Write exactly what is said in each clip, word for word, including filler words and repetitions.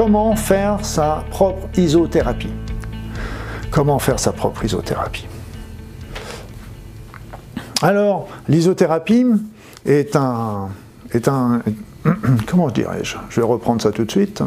comment faire sa propre isothérapie. Comment faire sa propre isothérapie. Alors, l'isothérapie est un, est un... Comment dirais-je? Je vais reprendre ça tout de suite.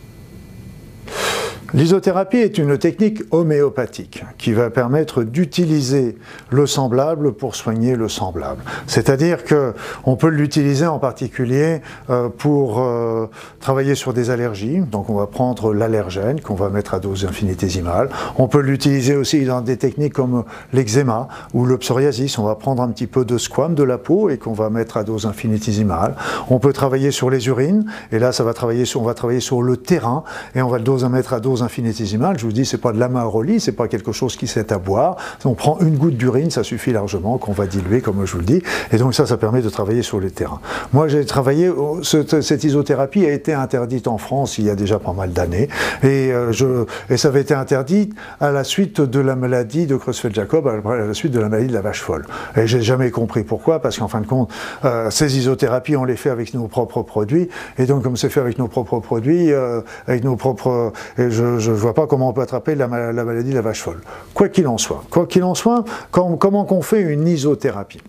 L'isothérapie est une technique homéopathique qui va permettre d'utiliser le semblable pour soigner le semblable. C'est-à-dire qu'on peut l'utiliser en particulier euh, pour euh, travailler sur des allergies. Donc on va prendre l'allergène qu'on va mettre à dose infinitésimale. On peut l'utiliser aussi dans des techniques comme l'eczéma ou le psoriasis. On va prendre un petit peu de squame de la peau et qu'on va mettre à dose infinitésimale. On peut travailler sur les urines et là ça va travailler sur, on va travailler sur le terrain et on va le dose à mettre à dose infinitésimale. Je vous dis, c'est pas de l'amarolie, c'est pas quelque chose qui s'est à boire. On prend une goutte d'urine, ça suffit largement, qu'on va diluer, comme je vous le dis. Et donc ça, ça permet de travailler sur les terrains. Moi, j'ai travaillé, cette, cette isothérapie a été interdite en France il y a déjà pas mal d'années. Et, euh, je, et ça avait été interdit à la suite de la maladie de Creutzfeldt-Jakob, à la suite de la maladie de la vache folle. Et j'ai jamais compris pourquoi, parce qu'en fin de compte, euh, ces isothérapies, on les fait avec nos propres produits. Et donc, comme c'est fait avec nos propres produits, euh, avec nos propres... Et je, je ne vois pas comment on peut attraper la, la maladie de la vache folle. Quoi qu'il en soit, quoi qu'il en soit, quand, comment qu'on fait une isothérapie?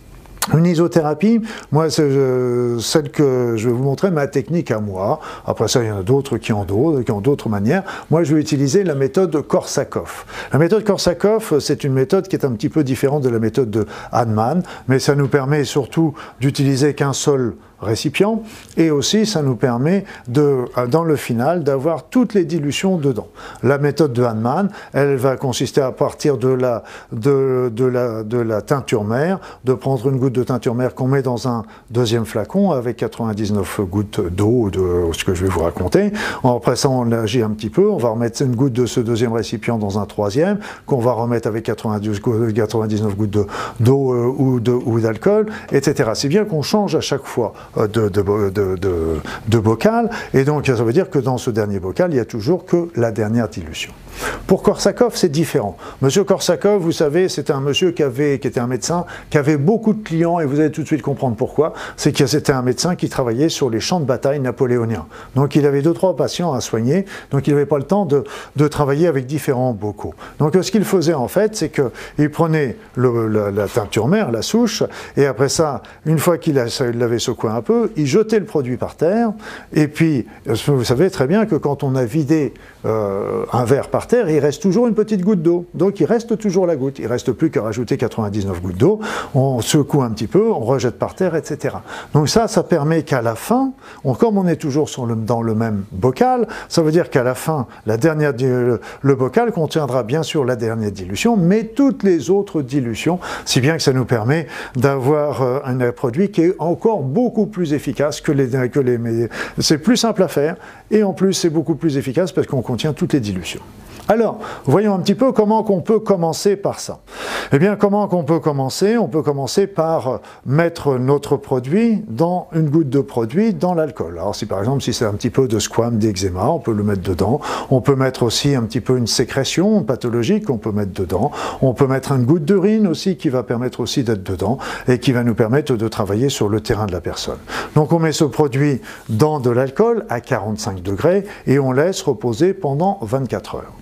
Une isothérapie, moi, c'est euh, celle que je vais vous montrer, ma technique à moi. Après ça, il y en a d'autres qui ont d'autres, qui ont d'autres manières. Moi, je vais utiliser la méthode Korsakoff. La méthode Korsakoff, c'est une méthode qui est un petit peu différente de la méthode de Hahnemann, mais ça nous permet surtout d'utiliser qu'un seul récipient, et aussi ça nous permet de, dans le final, d'avoir toutes les dilutions dedans. La méthode de Hahnemann, elle va consister à partir de la, de, de la, de la teinture mère, de prendre une goutte de teinture mère qu'on met dans un deuxième flacon avec quatre-vingt-dix-neuf gouttes d'eau, de ce que je vais vous raconter. Après ça, on agit un petit peu, on va remettre une goutte de ce deuxième récipient dans un troisième, qu'on va remettre avec quatre-vingt-dix-neuf gouttes d'eau euh, ou d'alcool, et cetera. C'est bien qu'on change à chaque fois De, de, de, de, de bocal, et donc ça veut dire que dans ce dernier bocal, il n'y a toujours que la dernière dilution. Pour Korsakoff, c'est différent. Monsieur Korsakoff, vous savez, c'était un monsieur qui, avait, qui était un médecin, qui avait beaucoup de clients, et vous allez tout de suite comprendre pourquoi. C'est que c'était un médecin qui travaillait sur les champs de bataille napoléoniens. Donc il avait deux, trois patients à soigner, donc il n'avait pas le temps de, de travailler avec différents bocaux. Donc ce qu'il faisait en fait, c'est qu'il prenait le, la, la teinture mère, la souche, et après ça, une fois qu'il l'avait secoué un peu, il jetait le produit par terre, et puis vous savez très bien que quand on a vidé euh, un verre par terre, il reste toujours une petite goutte d'eau. Donc il reste toujours la goutte. Il ne reste plus qu'à rajouter quatre-vingt-dix-neuf gouttes d'eau, on secoue un petit peu, on rejette par terre, et cetera. Donc ça, ça permet qu'à la fin, on, comme on est toujours sur le, dans le même bocal, ça veut dire qu'à la fin, la dernière, le, le bocal contiendra bien sûr la dernière dilution, mais toutes les autres dilutions, si bien que ça nous permet d'avoir euh, un produit qui est encore beaucoup plus efficace que les... Que les c'est plus simple à faire, et en plus c'est beaucoup plus efficace parce qu'on contient toutes les dilutions. Alors, voyons un petit peu comment on peut commencer par ça. Eh bien, comment on peut commencer? On peut commencer par mettre notre produit dans une goutte de produit dans l'alcool. Alors, si par exemple, si c'est un petit peu de squame, d'eczéma, on peut le mettre dedans. On peut mettre aussi un petit peu une sécrétion pathologique qu'on peut mettre dedans. On peut mettre une goutte d'urine aussi qui va permettre aussi d'être dedans et qui va nous permettre de travailler sur le terrain de la personne. Donc, on met ce produit dans de l'alcool à quarante-cinq degrés et on laisse reposer pendant vingt-quatre heures.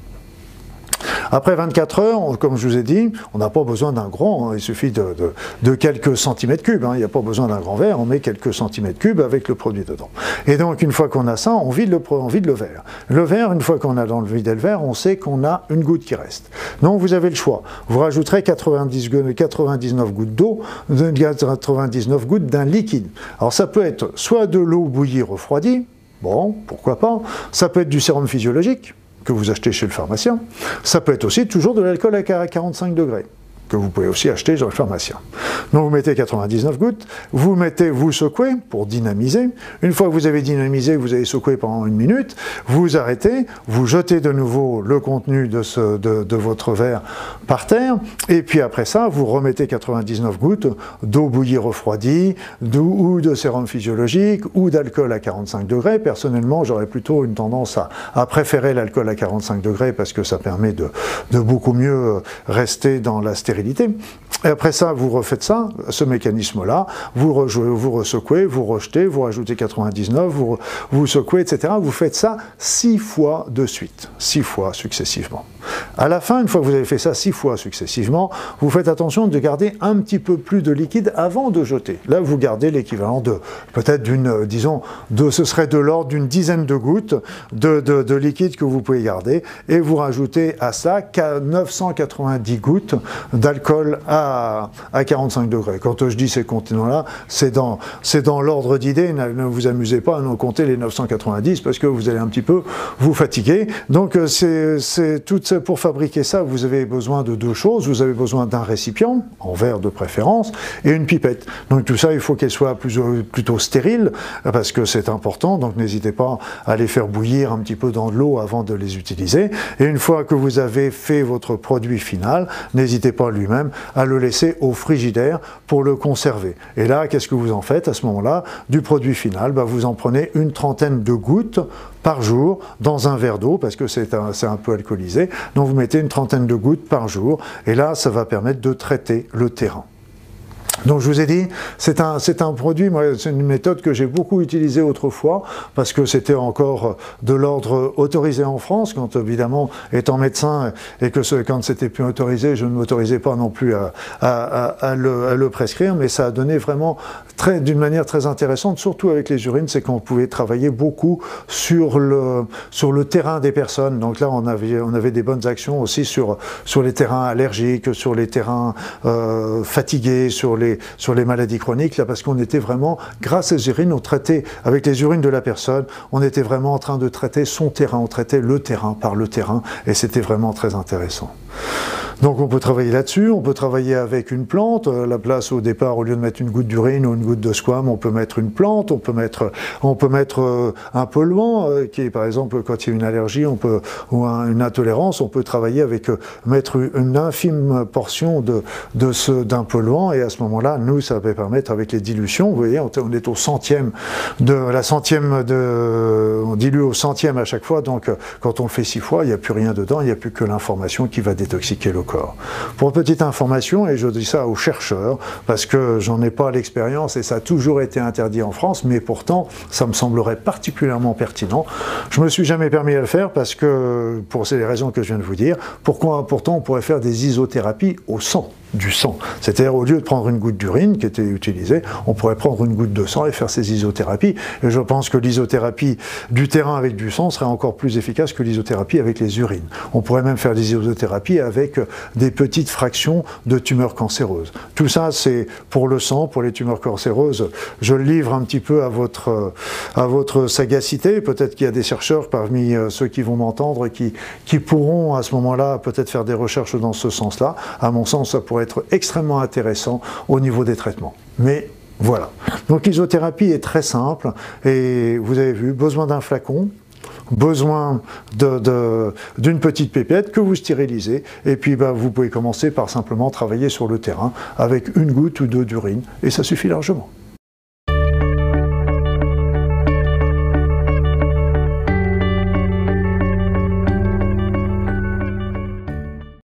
Après vingt-quatre heures, comme je vous ai dit, on n'a pas besoin d'un grand, hein, il suffit de, de, de quelques centimètres cubes, hein, il n'y a pas besoin d'un grand verre, on met quelques centimètres cubes avec le produit dedans. Et donc une fois qu'on a ça, on vide le, on vide le verre. Le verre, une fois qu'on a dans le vidé le verre, on sait qu'on a une goutte qui reste. Donc vous avez le choix, vous rajouterez quatre-vingt-dix-neuf gouttes d'eau, quatre-vingt-dix-neuf gouttes d'un liquide. Alors ça peut être soit de l'eau bouillie refroidie, bon, pourquoi pas, ça peut être du sérum physiologique, que vous achetez chez le pharmacien. Ça peut être aussi toujours de l'alcool à quarante-cinq degrés, que vous pouvez aussi acheter chez le pharmacien. Donc vous mettez quatre-vingt-dix-neuf gouttes, vous mettez, vous secouez pour dynamiser. Une fois que vous avez dynamisé, vous avez secoué pendant une minute, vous arrêtez, vous jetez de nouveau le contenu de, ce, de, de votre verre par terre, et puis après ça, vous remettez quatre-vingt-dix-neuf gouttes d'eau bouillie refroidie, ou de sérum physiologique, ou d'alcool à quarante-cinq degrés. Personnellement, j'aurais plutôt une tendance à, à préférer l'alcool à quarante-cinq degrés, parce que ça permet de, de beaucoup mieux rester dans la stérilité stérilité. Et après ça, vous refaites ça, ce mécanisme-là, vous, vous resecouez, vous rejetez, vous rajoutez quatre-vingt-dix-neuf, vous, vous secouez, et cetera. Vous faites ça six fois de suite, six fois successivement. À la fin, une fois que vous avez fait ça six fois successivement, vous faites attention de garder un petit peu plus de liquide avant de jeter. Là, vous gardez l'équivalent de, peut-être d'une, disons, de, ce serait de l'ordre d'une dizaine de gouttes de, de, de liquide que vous pouvez garder, et vous rajoutez à ça neuf cent quatre-vingt-dix gouttes d'alcool à, à quarante-cinq degrés. Quand je dis ces contenants-là, c'est dans, c'est dans l'ordre d'idée. Ne vous amusez pas à nous compter les neuf cent quatre-vingt-dix parce que vous allez un petit peu vous fatiguer. Donc, c'est, c'est tout, pour fabriquer ça, vous avez besoin de deux choses. Vous avez besoin d'un récipient, en verre de préférence, et une pipette. Donc, tout ça, il faut qu'elle soit plus, plutôt stérile parce que c'est important. Donc, n'hésitez pas à les faire bouillir un petit peu dans de l'eau avant de les utiliser. Et une fois que vous avez fait votre produit final, n'hésitez pas lui-même à le laisser au frigidaire pour le conserver. Et là, qu'est-ce que vous en faites à ce moment-là? Du produit final, bah, vous en prenez une trentaine de gouttes par jour dans un verre d'eau, parce que c'est un, c'est un peu alcoolisé. Donc vous mettez une trentaine de gouttes par jour, et là, ça va permettre de traiter le terrain. Donc je vous ai dit, c'est un, c'est un produit, moi, c'est une méthode que j'ai beaucoup utilisée autrefois, parce que c'était encore de l'ordre autorisé en France, quand évidemment, étant médecin, et que ce, quand c'était plus autorisé, je ne m'autorisais pas non plus à, à, à, à, le, à le prescrire, mais ça a donné vraiment, très, d'une manière très intéressante, surtout avec les urines, c'est qu'on pouvait travailler beaucoup sur le, sur le terrain des personnes. Donc là, on avait, on avait des bonnes actions aussi sur, sur les terrains allergiques, sur les terrains euh, fatigués, sur les sur les maladies chroniques, là, parce qu'on était vraiment, grâce aux urines, on traitait, avec les urines de la personne, on était vraiment en train de traiter son terrain, on traitait le terrain par le terrain, et c'était vraiment très intéressant. Donc on peut travailler là-dessus, on peut travailler avec une plante. La place au départ, au lieu de mettre une goutte d'urine ou une goutte de squame, on peut mettre une plante, on peut mettre, on peut mettre un polluant, qui est par exemple quand il y a une allergie, on peut, ou un, une intolérance, on peut travailler avec, mettre une infime portion de, de ce, d'un polluant, et à ce moment-là, nous, ça va permettre avec les dilutions, vous voyez, on est au centième de la centième de, on dilue au centième à chaque fois, donc quand on le fait six fois, il n'y a plus rien dedans, il n'y a plus que l'information qui va détoxiquer le corps. Pour petite information, et je dis ça aux chercheurs, parce que j'en ai pas l'expérience et ça a toujours été interdit en France, mais pourtant, ça me semblerait particulièrement pertinent. Je me suis jamais permis à le faire parce que, pour ces raisons que je viens de vous dire, pourquoi, pourtant on pourrait faire des isothérapies au sang. Du sang. C'est-à-dire, au lieu de prendre une goutte d'urine qui était utilisée, on pourrait prendre une goutte de sang et faire ces isothérapies. Et je pense que l'isothérapie du terrain avec du sang serait encore plus efficace que l'isothérapie avec les urines. On pourrait même faire des isothérapies avec des petites fractions de tumeurs cancéreuses. Tout ça, c'est pour le sang, pour les tumeurs cancéreuses. Je le livre un petit peu à votre, à votre sagacité. Peut-être qu'il y a des chercheurs parmi ceux qui vont m'entendre qui, qui pourront à ce moment-là peut-être faire des recherches dans ce sens-là. À mon sens, ça pourrait être extrêmement intéressant au niveau des traitements. Mais voilà. Donc l'isothérapie est très simple et vous avez vu, besoin d'un flacon, besoin de, de, d'une petite pipette que vous stérilisez et puis bah, vous pouvez commencer par simplement travailler sur le terrain avec une goutte ou deux d'urine et ça suffit largement.